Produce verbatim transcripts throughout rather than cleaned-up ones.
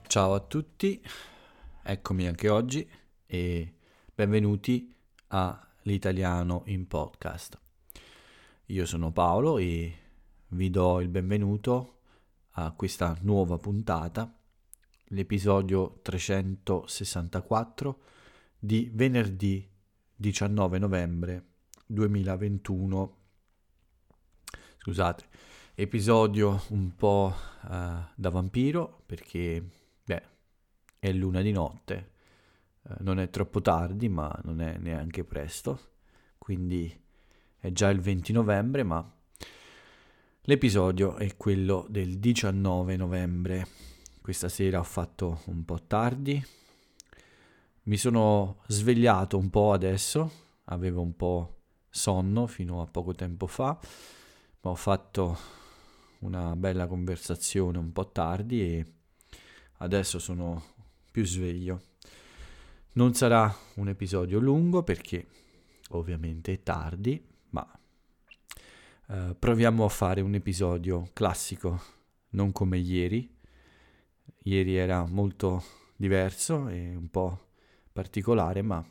Ciao a tutti, eccomi anche oggi e benvenuti a L'Italiano in Podcast. Io sono Paolo e vi do il benvenuto a questa nuova puntata, l'episodio trecentosessantaquattro di venerdì diciannove novembre duemilaventuno. Scusate, episodio un po' eh, da vampiro perché, beh, è l'una di notte, eh, non è troppo tardi ma non è neanche presto, quindi è già il venti novembre, ma l'episodio è quello del diciannove novembre. Questa sera ho fatto un po' tardi, mi sono svegliato un po' adesso, avevo un po' sonno fino a poco tempo fa, ma ho fatto una bella conversazione un po' tardi e adesso sono più sveglio. Non sarà un episodio lungo perché ovviamente è tardi, ma eh, proviamo a fare un episodio classico, non come ieri. Ieri era molto diverso e un po' particolare, ma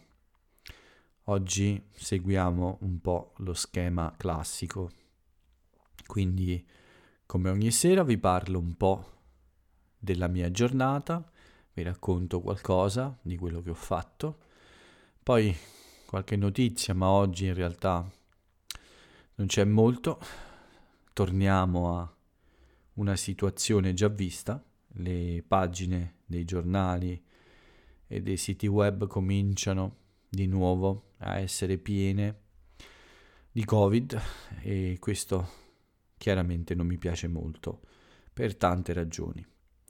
oggi seguiamo un po' lo schema classico. Quindi, come ogni sera, vi parlo un po' della mia giornata, vi racconto qualcosa di quello che ho fatto, poi qualche notizia, ma oggi in realtà non c'è molto. Torniamo a una situazione già vista, le pagine dei giornali e dei siti web cominciano di nuovo a essere piene di Covid e questo chiaramente non mi piace molto per tante ragioni.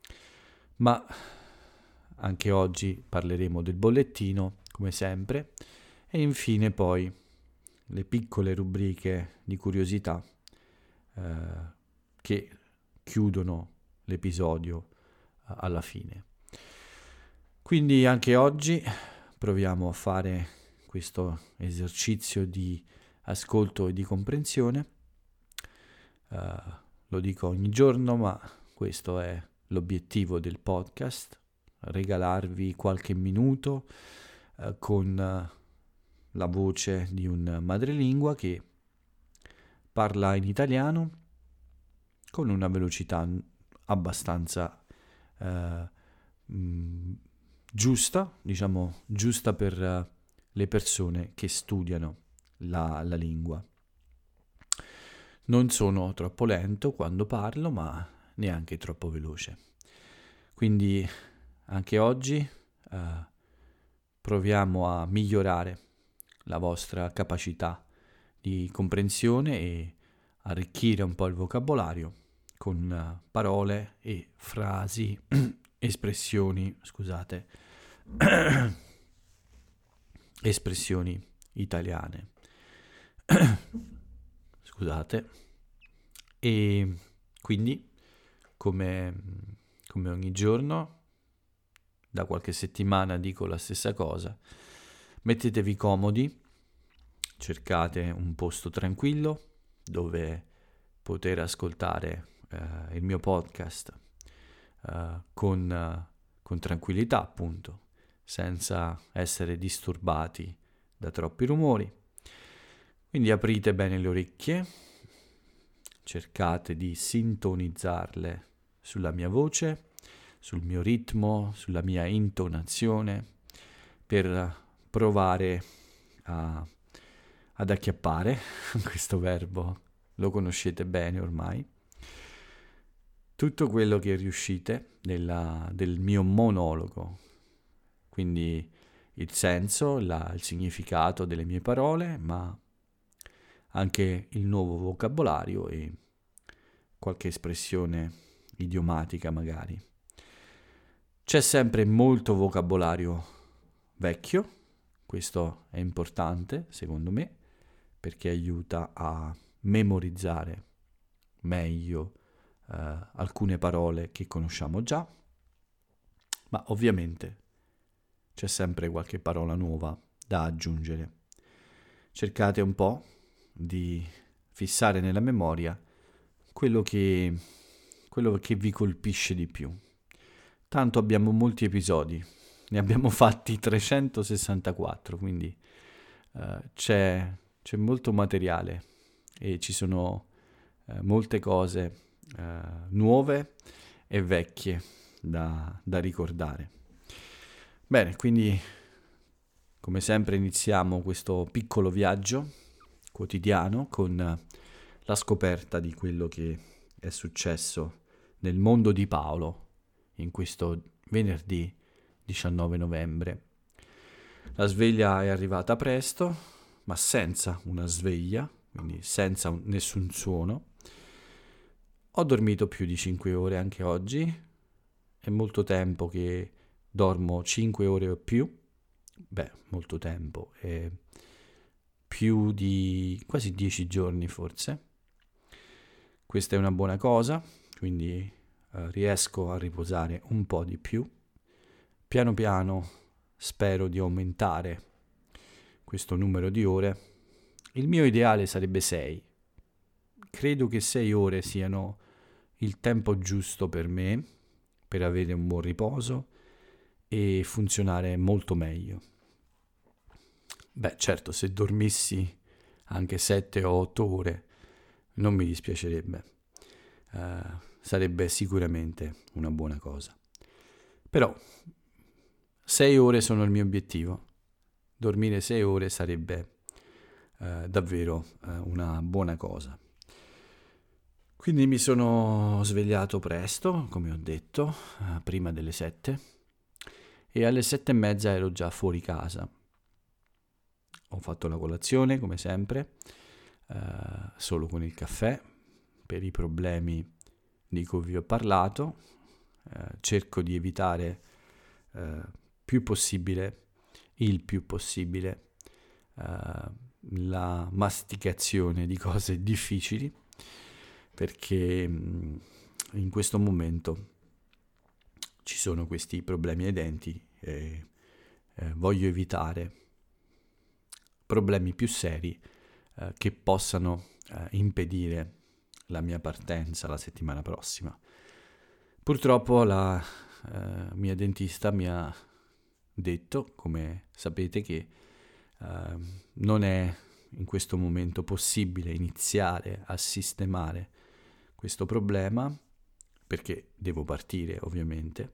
Ma anche oggi parleremo del bollettino, come sempre, e infine poi le piccole rubriche di curiosità eh, che chiudono l'episodio eh, alla fine. Quindi anche oggi proviamo a fare questo esercizio di ascolto e di comprensione. Uh, lo dico ogni giorno, ma questo è l'obiettivo del podcast, regalarvi qualche minuto uh, con uh, la voce di un madrelingua che parla in italiano con una velocità abbastanza uh, mh, giusta, diciamo giusta per uh, le persone che studiano la, la lingua. Non sono troppo lento quando parlo, ma neanche troppo veloce. Quindi anche oggi uh, proviamo a migliorare la vostra capacità di comprensione e arricchire un po' il vocabolario con uh, parole e frasi, espressioni, scusate, espressioni italiane. Scusate. E quindi, come, come ogni giorno, da qualche settimana dico la stessa cosa. Mettetevi comodi, cercate un posto tranquillo dove poter ascoltare eh, il mio podcast eh, con, eh, con tranquillità, appunto, senza essere disturbati da troppi rumori. Quindi aprite bene le orecchie, cercate di sintonizzarle sulla mia voce, sul mio ritmo, sulla mia intonazione, per provare a, ad acchiappare, questo verbo lo conoscete bene ormai, tutto quello che riuscite nella, del mio monologo, quindi il senso, la, il significato delle mie parole, ma anche il nuovo vocabolario e qualche espressione idiomatica magari. C'è sempre molto vocabolario vecchio, questo è importante secondo me, perché aiuta a memorizzare meglio eh, alcune parole che conosciamo già, ma ovviamente c'è sempre qualche parola nuova da aggiungere. Cercate un po' di fissare nella memoria quello che, quello che vi colpisce di più, tanto abbiamo molti episodi, ne abbiamo fatti trecentosessantaquattro, quindi eh, c'è, c'è molto materiale e ci sono eh, molte cose eh, nuove e vecchie da, da ricordare. Bene, quindi come sempre iniziamo questo piccolo viaggio quotidiano con la scoperta di quello che è successo nel mondo di Paolo in questo venerdì diciannove novembre. La sveglia è arrivata presto, ma senza una sveglia, quindi senza un, nessun suono. Ho dormito più di cinque ore anche oggi, è molto tempo che dormo cinque ore o più, beh, molto tempo, è più di quasi dieci giorni forse. Questa è una buona cosa, quindi eh, riesco a riposare un po' di più. Piano piano spero di aumentare questo numero di ore. Il mio ideale sarebbe sei. Credo che sei ore siano il tempo giusto per me, per avere un buon riposo e funzionare molto meglio. Beh, certo, se dormissi anche sette o otto ore non mi dispiacerebbe. Uh, sarebbe sicuramente una buona cosa. Però sei ore sono il mio obiettivo. Dormire sei ore sarebbe uh, davvero uh, una buona cosa. Quindi mi sono svegliato presto, come ho detto, uh, prima delle sette, e alle sette e mezza ero già fuori casa. Ho fatto la colazione, come sempre, uh, solo con il caffè, per i problemi di cui vi ho parlato. Uh, cerco di evitare uh, più possibile, il più possibile, uh, la masticazione di cose difficili, perché mh, in questo momento ci sono questi problemi ai denti e eh, voglio evitare problemi più seri eh, che possano eh, impedire la mia partenza la settimana prossima. Purtroppo la eh, mia dentista mi ha detto, come sapete, che eh, non è in questo momento possibile iniziare a sistemare questo problema perché devo partire, ovviamente.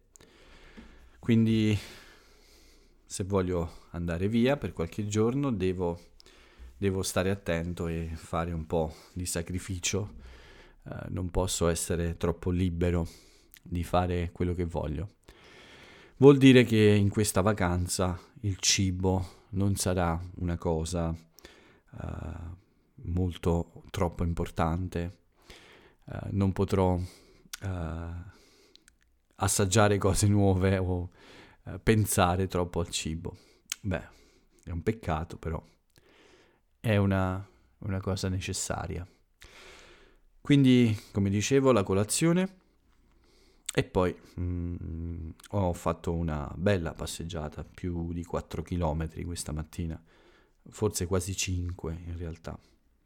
Quindi se voglio andare via per qualche giorno devo, devo stare attento e fare un po' di sacrificio. Uh, non posso essere troppo libero di fare quello che voglio. Vuol dire che in questa vacanza il cibo non sarà una cosa uh, molto troppo importante. Uh, non potrò uh, assaggiare cose nuove o uh, pensare troppo al cibo. Beh, è un peccato, però è una, una cosa necessaria. Quindi, come dicevo, la colazione e poi mm, ho fatto una bella passeggiata, più di quattro chilometri questa mattina, forse quasi cinque in realtà.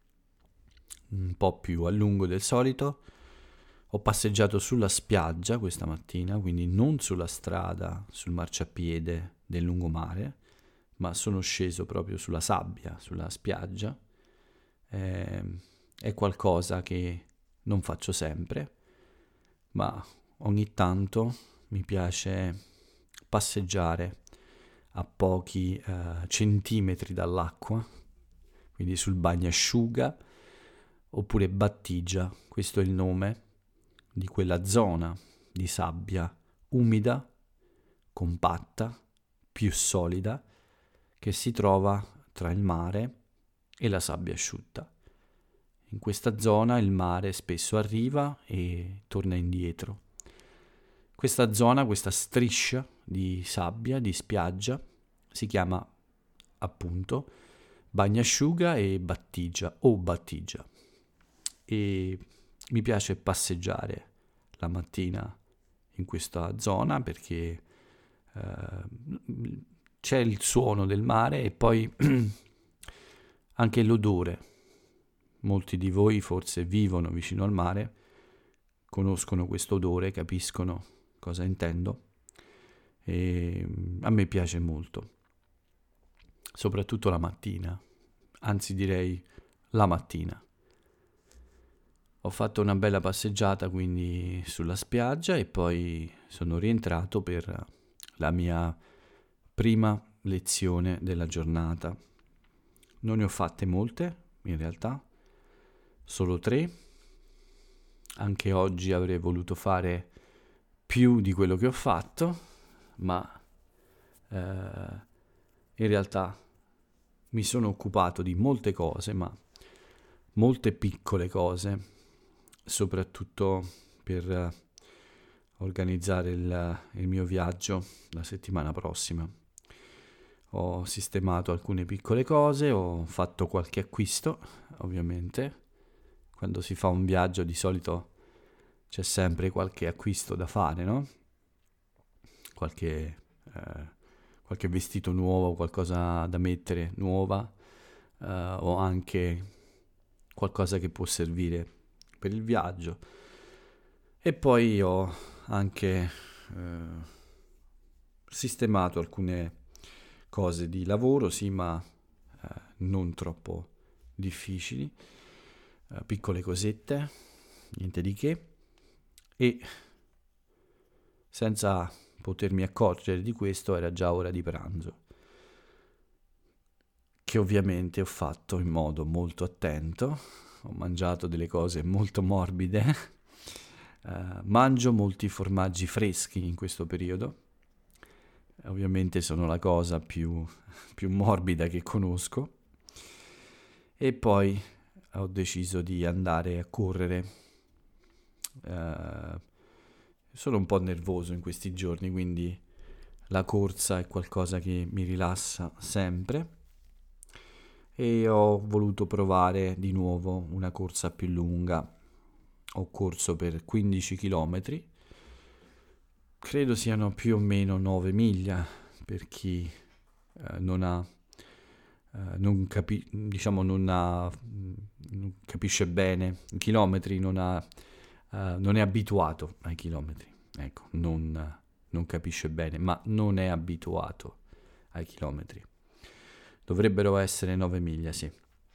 Un po' più a lungo del solito. Ho passeggiato sulla spiaggia questa mattina, quindi non sulla strada, sul marciapiede del lungomare, ma sono sceso proprio sulla sabbia, sulla spiaggia. Eh, è qualcosa che non faccio sempre, ma ogni tanto mi piace passeggiare a pochi eh, centimetri dall'acqua, quindi sul bagnasciuga, oppure battigia, questo è il nome di quella zona di sabbia umida, compatta, più solida, che si trova tra il mare e la sabbia asciutta. In questa zona il mare spesso arriva e torna indietro. Questa zona, questa striscia di sabbia, di spiaggia, si chiama appunto bagnasciuga e battigia o battigia. E mi piace passeggiare la mattina in questa zona perché eh, c'è il suono del mare e poi anche l'odore. Molti di voi forse vivono vicino al mare, conoscono questo odore, capiscono cosa intendo. e a me piace molto, soprattutto la mattina, anzi direi la mattina. Ho fatto una bella passeggiata quindi sulla spiaggia e poi sono rientrato per la mia prima lezione della giornata. Non ne ho fatte molte, in realtà, solo tre. Anche oggi avrei voluto fare più di quello che ho fatto, ma eh, in realtà mi sono occupato di molte cose, ma molte piccole cose, soprattutto per eh, organizzare il, il mio viaggio la settimana prossima. Ho sistemato alcune piccole cose, ho fatto qualche acquisto, ovviamente. Quando si fa un viaggio di solito c'è sempre qualche acquisto da fare, no? Qualche, eh, qualche vestito nuovo, qualcosa da mettere nuova, eh, o anche qualcosa che può servire per il viaggio. E poi ho anche eh, sistemato alcune cose di lavoro, sì, ma eh, non troppo difficili, eh, piccole cosette, niente di che, e senza potermi accorgere di questo era già ora di pranzo, che ovviamente ho fatto in modo molto attento. Ho mangiato delle cose molto morbide, eh, mangio molti formaggi freschi in questo periodo. Ovviamente sono la cosa più, più morbida che conosco. E poi ho deciso di andare a correre. Uh, sono un po' nervoso in questi giorni, quindi la corsa è qualcosa che mi rilassa sempre. E ho voluto provare di nuovo una corsa più lunga. Ho corso per quindici chilometri. Credo siano più o meno nove miglia per chi eh, non ha, eh, non capi- diciamo non ha, non capisce bene i chilometri, non ha, eh, non è abituato ai chilometri. Ecco, non, non capisce bene, ma non è abituato ai chilometri. Dovrebbero essere nove miglia, sì.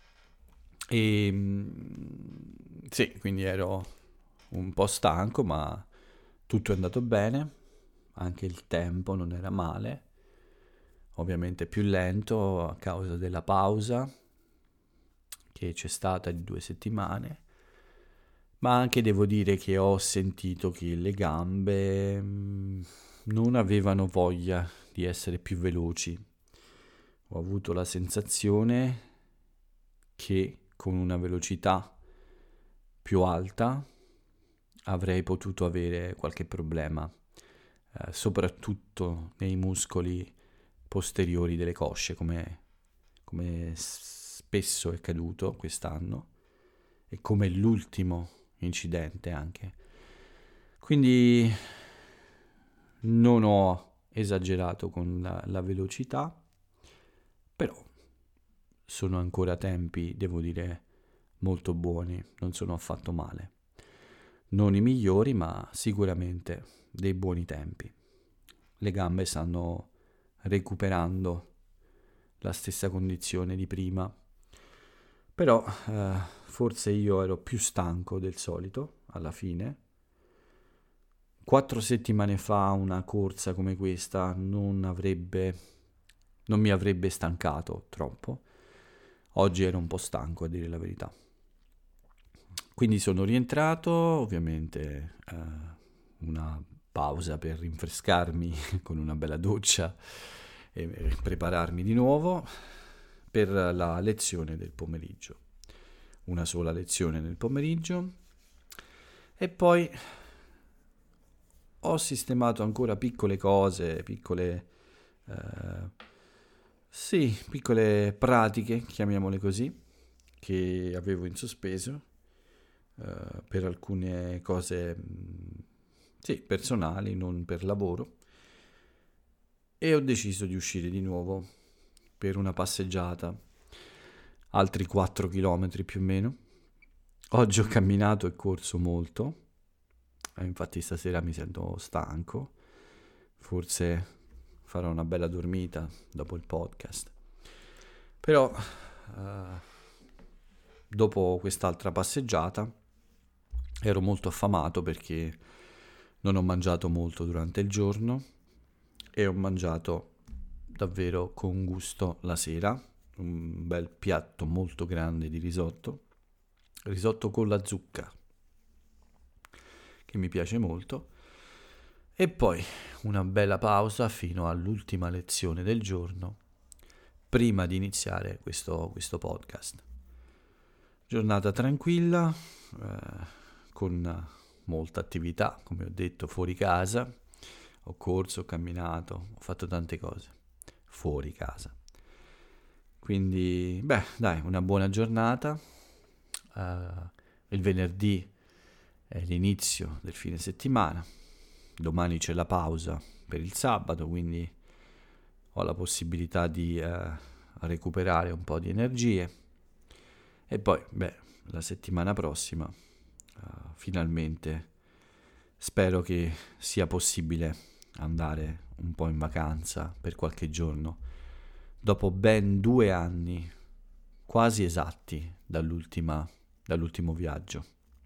E sì, quindi ero un po' stanco, ma tutto è andato bene, anche il tempo non era male, ovviamente più lento a causa della pausa che c'è stata di due settimane, ma anche devo dire che ho sentito che le gambe mh, non avevano voglia di essere più veloci. Ho avuto la sensazione che con una velocità più alta avrei potuto avere qualche problema, eh, soprattutto nei muscoli posteriori delle cosce, come, come spesso è caduto quest'anno e come l'ultimo incidente anche. Quindi non ho esagerato con la, la velocità, però sono ancora tempi, devo dire, molto buoni, non sono affatto male. Non i migliori, ma sicuramente dei buoni tempi. Le gambe stanno recuperando la stessa condizione di prima, però eh, forse io ero più stanco del solito alla fine. Quattro settimane fa una corsa come questa non avrebbe, non mi avrebbe stancato troppo. Oggi ero un po' stanco, a dire la verità. Quindi sono rientrato, ovviamente eh, una pausa per rinfrescarmi con una bella doccia e prepararmi di nuovo per la lezione del pomeriggio. Una sola lezione nel pomeriggio e poi ho sistemato ancora piccole cose, piccole eh, sì, piccole pratiche, chiamiamole così, che avevo in sospeso eh, per alcune cose mh, sì, personali, non per lavoro, e ho deciso di uscire di nuovo per una passeggiata, altri quattro chilometri più o meno. Oggi ho camminato e corso molto, eh, infatti stasera mi sento stanco, forse farò una bella dormita dopo il podcast. Però uh, dopo quest'altra passeggiata ero molto affamato perché non ho mangiato molto durante il giorno e ho mangiato davvero con gusto la sera, un bel piatto molto grande di risotto, risotto con la zucca, che mi piace molto, e poi una bella pausa fino all'ultima lezione del giorno, prima di iniziare questo, questo podcast. Giornata tranquilla, eh, con molta attività, come ho detto, fuori casa, ho corso, ho camminato, ho fatto tante cose fuori casa. Quindi, beh, dai, una buona giornata. Uh, il venerdì è l'inizio del fine settimana. Domani c'è la pausa per il sabato, quindi ho la possibilità di uh, recuperare un po' di energie. E poi, beh, la settimana prossima, uh, finalmente, spero che sia possibile andare un po' in vacanza per qualche giorno, dopo ben due anni, quasi esatti, dall'ultima, dall'ultimo viaggio.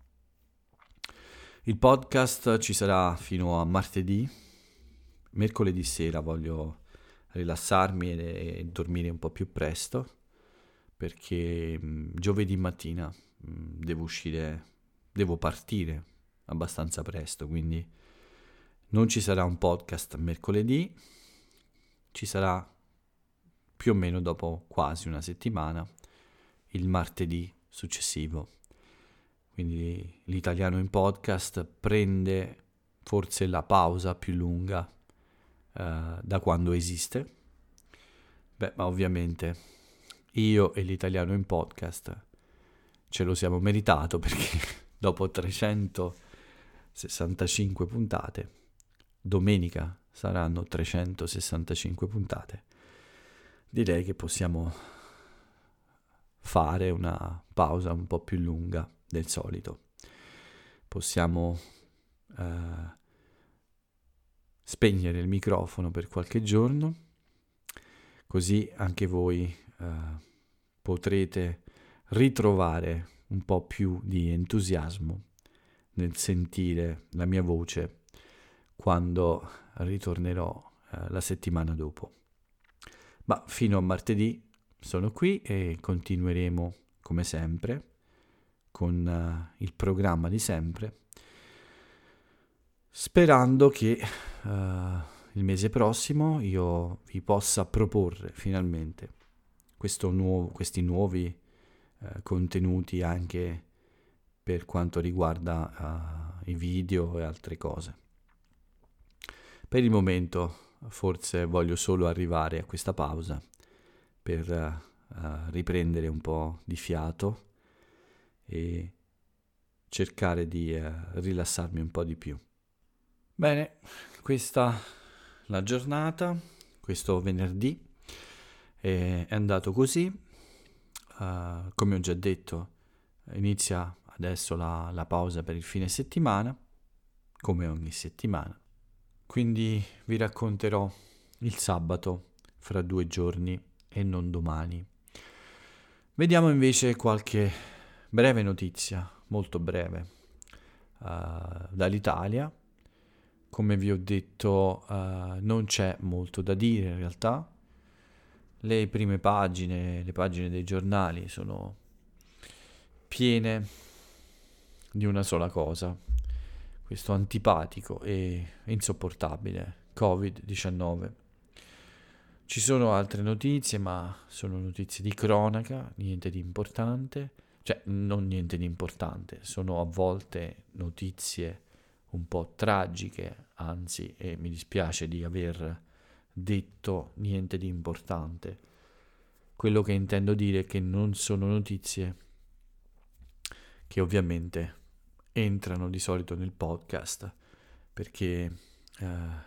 Il podcast ci sarà fino a martedì. Mercoledì sera voglio rilassarmi e, e dormire un po' più presto, perché mh, giovedì mattina mh, devo uscire, devo partire abbastanza presto, quindi non ci sarà un podcast mercoledì, ci sarà più o meno dopo quasi una settimana, il martedì successivo. Quindi l'italiano in podcast prende forse la pausa più lunga eh, da quando esiste. Beh, ma ovviamente io e l'italiano in podcast ce lo siamo meritato, perché dopo trecentosessantacinque puntate, domenica saranno trecentosessantacinque puntate, direi che possiamo fare una pausa un po' più lunga del solito. Possiamo eh, spegnere il microfono per qualche giorno, così anche voi eh, potrete ritrovare un po' più di entusiasmo nel sentire la mia voce quando ritornerò eh, la settimana dopo. Ma fino a martedì sono qui e continueremo come sempre con uh, il programma di sempre, sperando che uh, il mese prossimo io vi possa proporre finalmente questo nuovo, questi nuovi uh, contenuti anche per quanto riguarda uh, i video e altre cose. Per il momento forse voglio solo arrivare a questa pausa per uh, riprendere un po' di fiato e cercare di uh, rilassarmi un po' di più. Bene, questa è la giornata, questo venerdì è andato così. Uh, come ho già detto, inizia adesso la, la pausa per il fine settimana, come ogni settimana. Quindi vi racconterò il sabato fra due giorni e non domani. Vediamo invece qualche breve notizia, molto breve, uh, dall'Italia. Come vi ho detto, uh, non c'è molto da dire in realtà. Le prime pagine, le pagine dei giornali sono piene di una sola cosa: questo antipatico e insopportabile covid diciannove. Ci sono altre notizie, ma sono notizie di cronaca, niente di importante. Cioè, non niente di importante, sono a volte notizie un po' tragiche, anzi, e mi dispiace di aver detto niente di importante. Quello che intendo dire è che non sono notizie che ovviamente entrano di solito nel podcast, perché eh,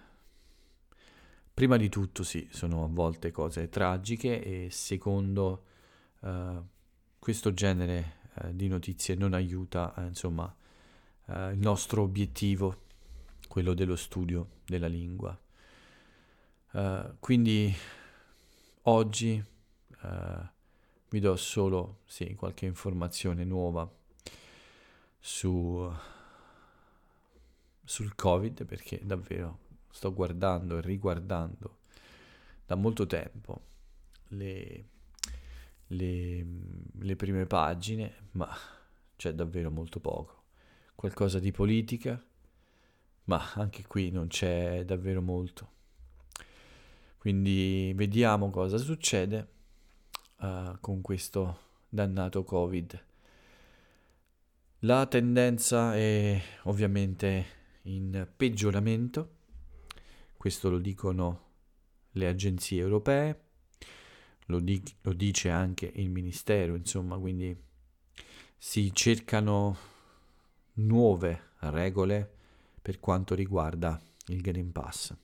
prima di tutto sì, sono a volte cose tragiche, e secondo eh, questo genere eh, di notizie non aiuta eh, insomma eh, il nostro obiettivo, quello dello studio della lingua. Uh, quindi oggi uh, vi do solo sì, qualche informazione nuova su, sul Covid, perché davvero sto guardando e riguardando da molto tempo le, le, le prime pagine, ma c'è davvero molto poco. Qualcosa di politica, ma anche qui non c'è davvero molto. Quindi vediamo cosa succede uh, con questo dannato Covid. La tendenza è ovviamente in peggioramento, questo lo dicono le agenzie europee, lo, di- lo dice anche il Ministero, insomma, quindi si cercano nuove regole per quanto riguarda il Green Pass.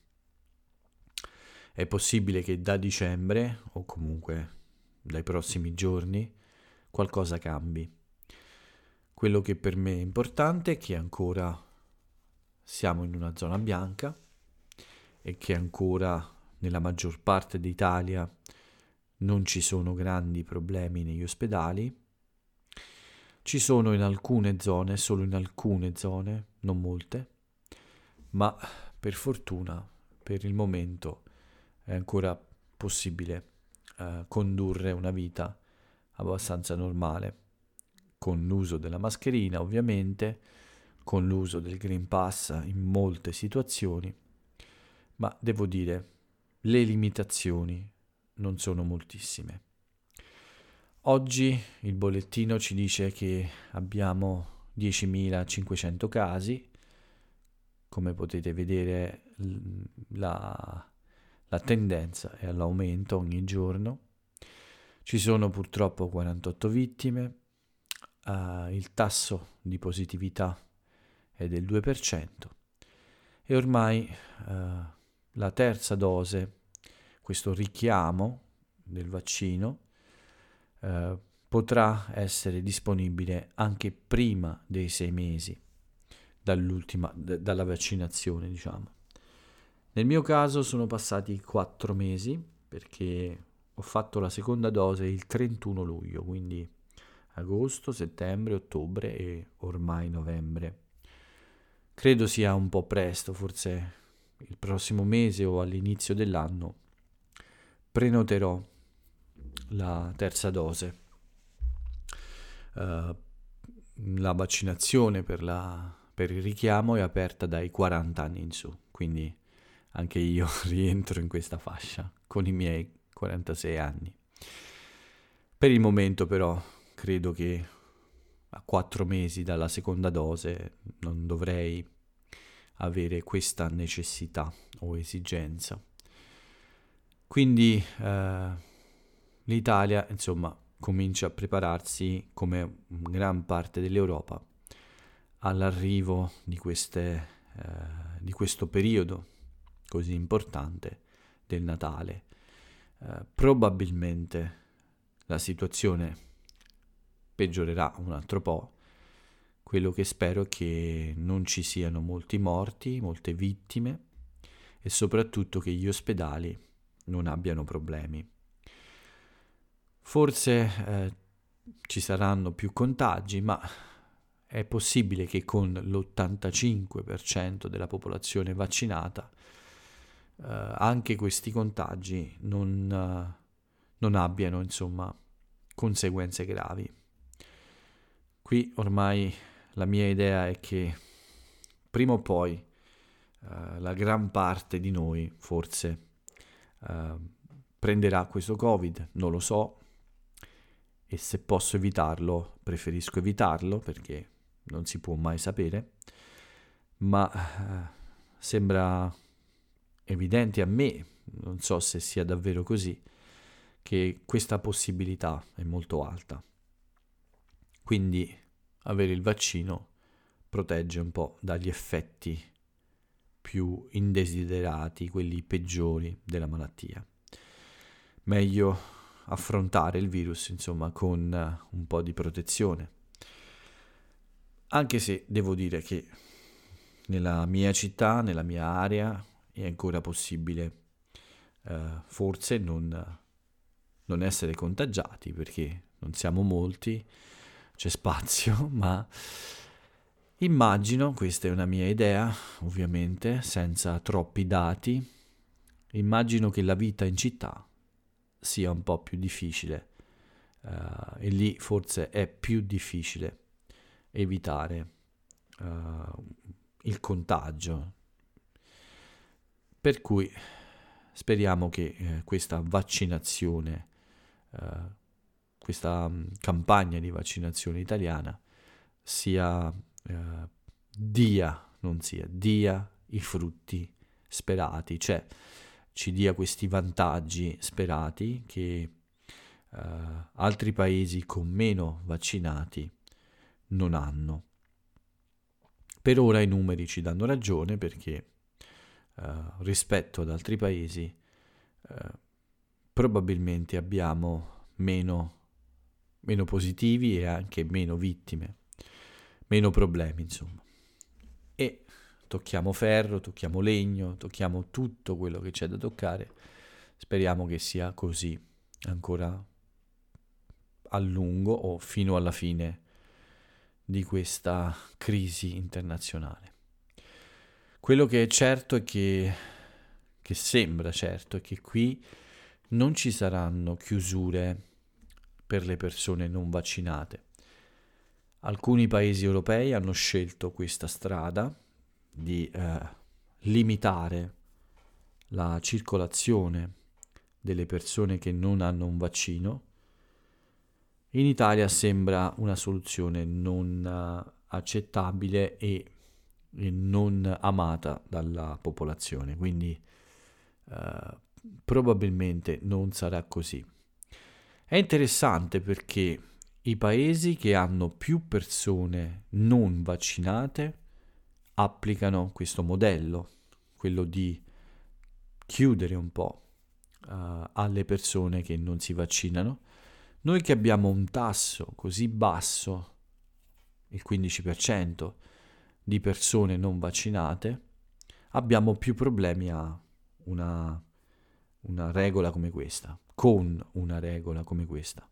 È possibile che da dicembre, o comunque dai prossimi giorni, qualcosa cambi. Quello che per me è importante è che ancora siamo in una zona bianca e che ancora nella maggior parte d'Italia non ci sono grandi problemi negli ospedali. Ci sono in alcune zone, solo in alcune zone, non molte, ma per fortuna per il momento è ancora possibile eh, condurre una vita abbastanza normale, con l'uso della mascherina ovviamente, con l'uso del Green Pass in molte situazioni, ma devo dire, le limitazioni non sono moltissime. Oggi il bollettino ci dice che abbiamo diecimilacinquecento casi, come potete vedere la, la tendenza è all'aumento ogni giorno. Ci sono purtroppo quarantotto vittime, uh, il tasso di positività è del due per cento e ormai uh, la terza dose, questo richiamo del vaccino, uh, potrà essere disponibile anche prima dei sei mesi dall'ultima, d- dalla vaccinazione, diciamo. Nel mio caso sono passati quattro mesi perché ho fatto la seconda dose il trentuno luglio, quindi agosto, settembre, ottobre e ormai novembre. Credo sia un po' presto, forse il prossimo mese o all'inizio dell'anno prenoterò la terza dose. Uh, la vaccinazione per, la, per il richiamo è aperta dai quaranta anni in su, quindi anche io rientro in questa fascia con i miei quarantasei anni. Per il momento però credo che a quattro mesi dalla seconda dose non dovrei avere questa necessità o esigenza. Quindi eh, l'Italia, insomma, comincia a prepararsi, come gran parte dell'Europa, all'arrivo di, queste, eh, di questo periodo così importante del Natale. Eh, probabilmente la situazione peggiorerà un altro po'. Quello che spero è che non ci siano molti morti, molte vittime e soprattutto che gli ospedali non abbiano problemi. Forse eh, ci saranno più contagi, ma è possibile che con l'ottantacinque per cento della popolazione vaccinata eh, anche questi contagi non, eh, non abbiano, insomma, conseguenze gravi. Qui ormai la mia idea è che prima o poi eh, la gran parte di noi forse eh, prenderà questo Covid, non lo so, e se posso evitarlo preferisco evitarlo perché non si può mai sapere, ma eh, sembra evidente a me, non so se sia davvero così, che questa possibilità è molto alta. Quindi avere il vaccino protegge un po' dagli effetti più indesiderati, quelli peggiori della malattia. Meglio affrontare il virus, insomma, con un po' di protezione. Anche se devo dire che nella mia città, nella mia area, è ancora possibile eh, forse non, non essere contagiati, perché non siamo molti, c'è spazio, ma immagino, questa è una mia idea, ovviamente, senza troppi dati, immagino che la vita in città sia un po' più difficile, uh, e lì forse è più difficile evitare uh, il contagio. Per cui speriamo che eh, questa vaccinazione, uh, questa um, campagna di vaccinazione italiana sia uh, dia, non sia, dia i frutti sperati, cioè ci dia questi vantaggi sperati che uh, altri paesi con meno vaccinati non hanno. Per ora i numeri ci danno ragione, perché uh, rispetto ad altri paesi uh, probabilmente abbiamo meno, meno positivi e anche meno vittime, meno problemi, insomma. E tocchiamo ferro, tocchiamo legno, tocchiamo tutto quello che c'è da toccare. Speriamo che sia così ancora a lungo o fino alla fine di questa crisi internazionale. Quello che è certo è che, che sembra certo, è che qui non ci saranno chiusure per le persone non vaccinate. Alcuni paesi europei hanno scelto questa strada di eh, limitare la circolazione delle persone che non hanno un vaccino. In Italia sembra una soluzione non uh, accettabile e, e non amata dalla popolazione, quindi uh, probabilmente non sarà così. È interessante perché i paesi che hanno più persone non vaccinate applicano questo modello, quello di chiudere un po' uh, alle persone che non si vaccinano. Noi che abbiamo un tasso così basso, il quindici per cento di persone non vaccinate, abbiamo più problemi a una, una regola come questa, con una regola come questa.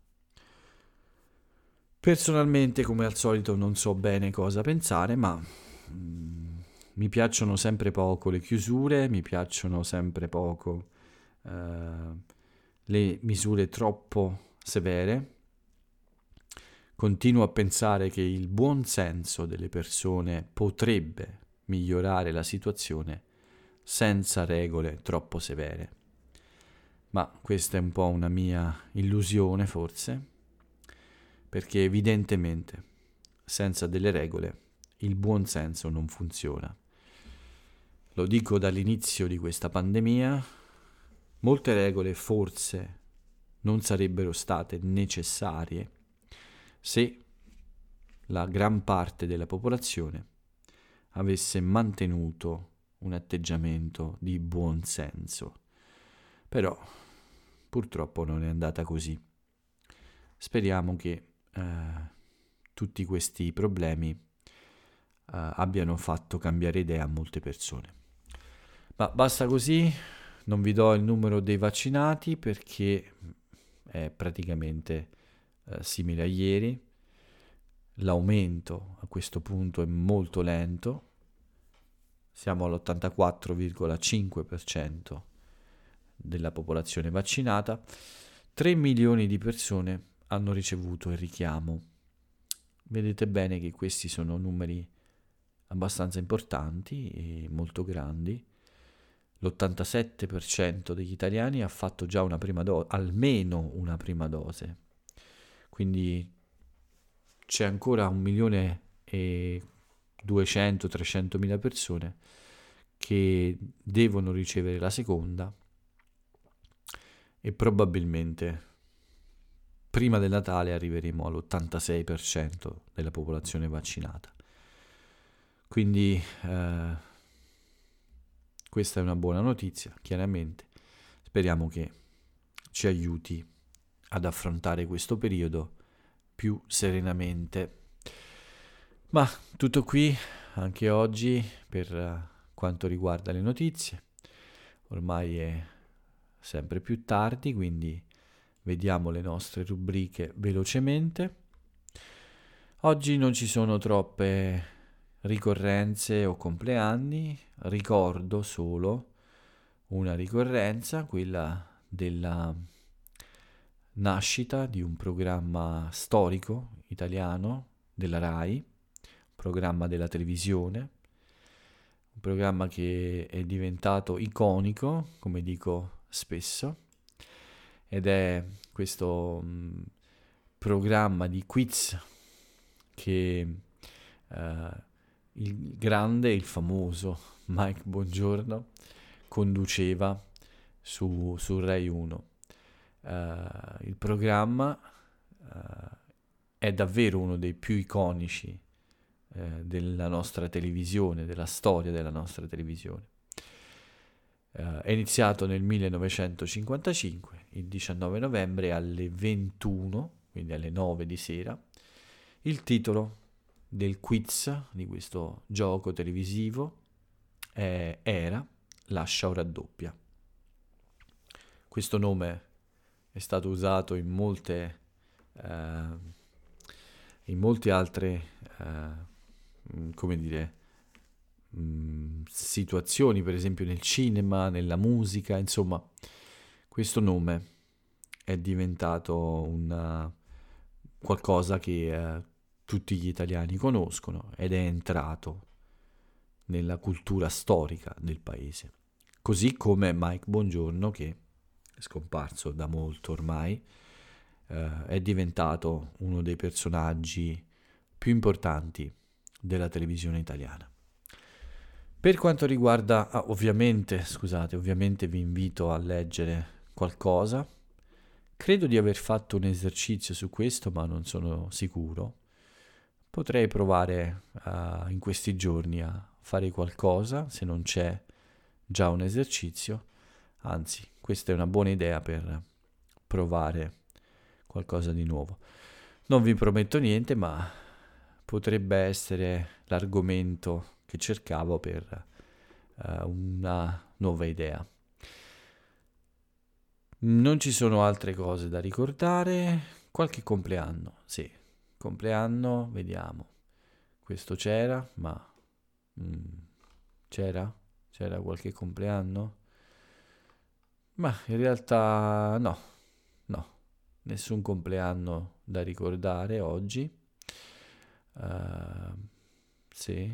Personalmente, come al solito, non so bene cosa pensare, ma mm, mi piacciono sempre poco le chiusure, mi piacciono sempre poco eh, le misure troppo severe. Continuo a pensare che il buon senso delle persone potrebbe migliorare la situazione senza regole troppo severe. Ma questa è un po' una mia illusione, forse, perché evidentemente senza delle regole il buon senso non funziona. Lo dico dall'inizio di questa pandemia, molte regole forse non sarebbero state necessarie se la gran parte della popolazione avesse mantenuto un atteggiamento di buon senso. Però purtroppo non è andata così. Speriamo che eh, tutti questi problemi eh, abbiano fatto cambiare idea a molte persone. Ma basta così, non vi do il numero dei vaccinati perché è praticamente eh, simile a ieri. L'aumento a questo punto è molto lento, siamo all'ottantaquattro virgola cinque per cento della popolazione vaccinata, tre milioni di persone hanno ricevuto il richiamo. Vedete bene che questi sono numeri abbastanza importanti e molto grandi. L'ottantasette per cento degli italiani ha fatto già una prima dose, almeno una prima dose. Quindi c'è ancora un milione e duecento trecento mila persone che devono ricevere la seconda e probabilmente prima del Natale arriveremo all'ottantasei per cento della popolazione vaccinata. Quindi eh, questa è una buona notizia, chiaramente. Speriamo che ci aiuti ad affrontare questo periodo più serenamente. Ma tutto qui anche oggi per quanto riguarda le notizie. Ormai è sempre più tardi, quindi vediamo le nostre rubriche velocemente. Oggi non ci sono troppe ricorrenze o compleanni, ricordo solo una ricorrenza, quella della nascita di un programma storico italiano della RAI, un programma della televisione, un programma che è diventato iconico, come dico spesso, ed è questo mh, programma di quiz che eh, il grande, il famoso Mike Bongiorno conduceva su, su Rai uno. Uh, il programma uh, è davvero uno dei più iconici uh, della nostra televisione, della storia della nostra televisione. Uh, è iniziato nel millenovecentocinquantacinque, il diciannove novembre alle ventuno, quindi alle nove di sera. Il titolo del quiz di questo gioco televisivo è, era Lascia o raddoppia. Questo nome è stato usato in molte eh, in molte altre eh, come dire mh, situazioni, per esempio nel cinema, nella musica, insomma, questo nome è diventato una, qualcosa che eh, tutti gli italiani conoscono ed è entrato nella cultura storica del paese, così come Mike Bongiorno, che è scomparso da molto ormai, eh, è diventato uno dei personaggi più importanti della televisione italiana. Per quanto riguarda, ah, ovviamente, scusate, ovviamente vi invito a leggere qualcosa. Credo di aver fatto un esercizio su questo, ma non sono sicuro. Potrei provare uh, in questi giorni a fare qualcosa, se non c'è già un esercizio. Anzi, questa è una buona idea per provare qualcosa di nuovo. Non vi prometto niente, ma potrebbe essere l'argomento che cercavo per uh, una nuova idea. Non ci sono altre cose da ricordare. Qualche compleanno, sì. Compleanno, vediamo. Questo c'era, ma mm, c'era? C'era qualche compleanno? Ma in realtà no, no, nessun compleanno da ricordare oggi. Uh, sì.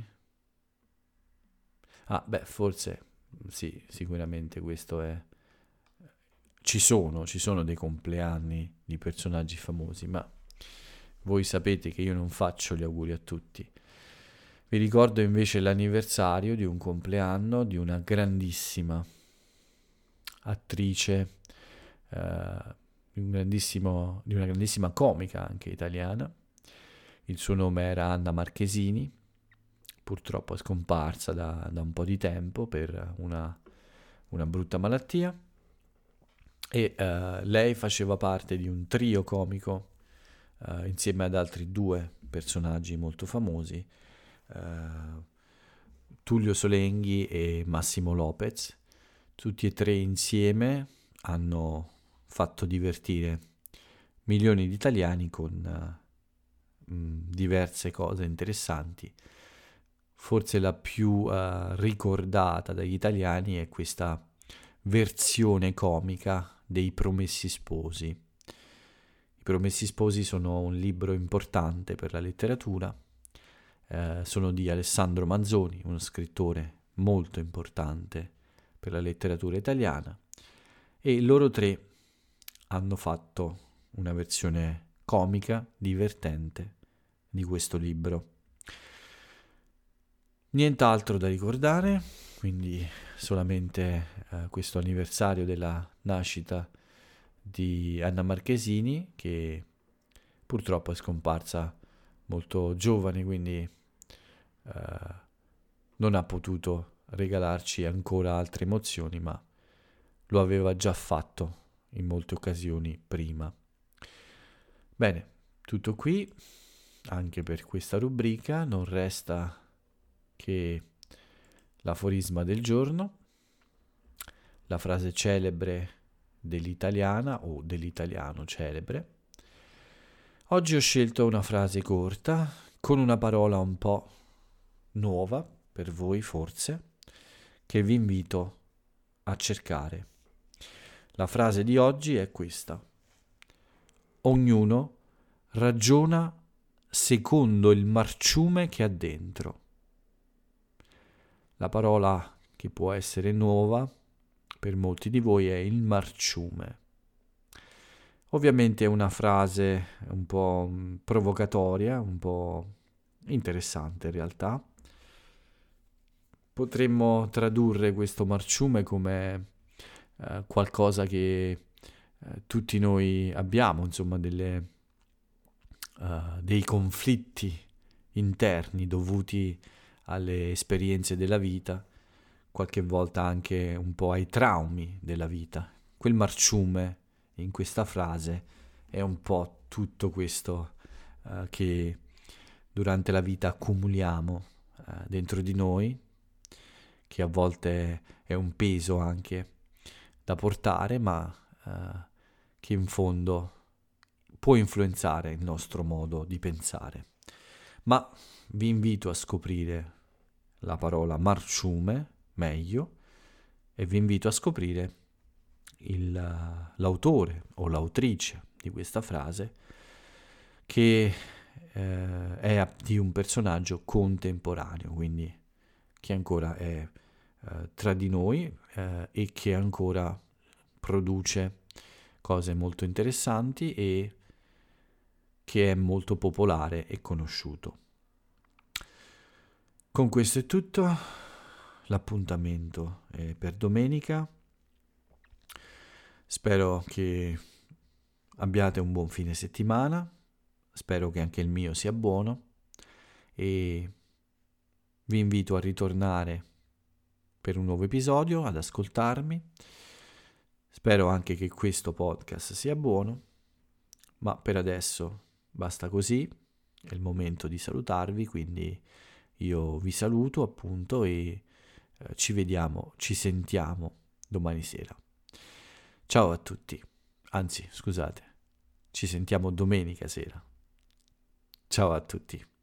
Ah, beh, forse sì, sicuramente questo è. Ci sono, ci sono dei compleanni di personaggi famosi, ma voi sapete che io non faccio gli auguri a tutti. Vi ricordo invece l'anniversario di un compleanno di una grandissima attrice, eh, un grandissimo, di una grandissima comica anche italiana. Il suo nome era Anna Marchesini, purtroppo è scomparsa da, da un po' di tempo per una, una brutta malattia. E uh, lei faceva parte di un trio comico uh, insieme ad altri due personaggi molto famosi, uh, Tullio Solenghi e Massimo Lopez. Tutti e tre insieme hanno fatto divertire milioni di italiani con uh, mh, diverse cose interessanti. Forse la più uh, ricordata dagli italiani è questa versione comica dei Promessi Sposi. I Promessi Sposi sono un libro importante per la letteratura, eh, sono di Alessandro Manzoni, uno scrittore molto importante per la letteratura italiana, e loro tre hanno fatto una versione comica, divertente di questo libro. Nient'altro da ricordare, quindi solamente eh, questo anniversario della nascita di Anna Marchesini, che purtroppo è scomparsa molto giovane, quindi eh, non ha potuto regalarci ancora altre emozioni, ma lo aveva già fatto in molte occasioni prima. Bene, tutto qui anche per questa rubrica, non resta che l'aforisma del giorno, la frase celebre dell'italiana o dell'italiano celebre. Oggi ho scelto una frase corta, con una parola un po' nuova per voi forse, che vi invito a cercare. La frase di oggi è questa: ognuno ragiona secondo il marciume che ha dentro. La parola che può essere nuova per molti di voi è il marciume. Ovviamente è una frase un po' provocatoria, un po' interessante in realtà. Potremmo tradurre questo marciume come eh, qualcosa che eh, tutti noi abbiamo, insomma, delle, uh, dei conflitti interni dovuti alle esperienze della vita, qualche volta anche un po' ai traumi della vita. Quel marciume in questa frase è un po' tutto questo uh, che durante la vita accumuliamo uh, dentro di noi, che a volte è un peso anche da portare, ma uh, che in fondo può influenzare il nostro modo di pensare. Ma vi invito a scoprire la parola marciume meglio e vi invito a scoprire il, l'autore o l'autrice di questa frase, che eh, è di un personaggio contemporaneo, quindi che ancora è eh, tra di noi eh, e che ancora produce cose molto interessanti e che è molto popolare e conosciuto. Con questo è tutto, l'appuntamento è per domenica. Spero che abbiate un buon fine settimana, spero che anche il mio sia buono e vi invito a ritornare per un nuovo episodio, ad ascoltarmi. Spero anche che questo podcast sia buono, ma per adesso basta così, è il momento di salutarvi, quindi io vi saluto appunto e eh, ci vediamo, ci sentiamo domani sera. Ciao a tutti, anzi scusate, ci sentiamo domenica sera. Ciao a tutti.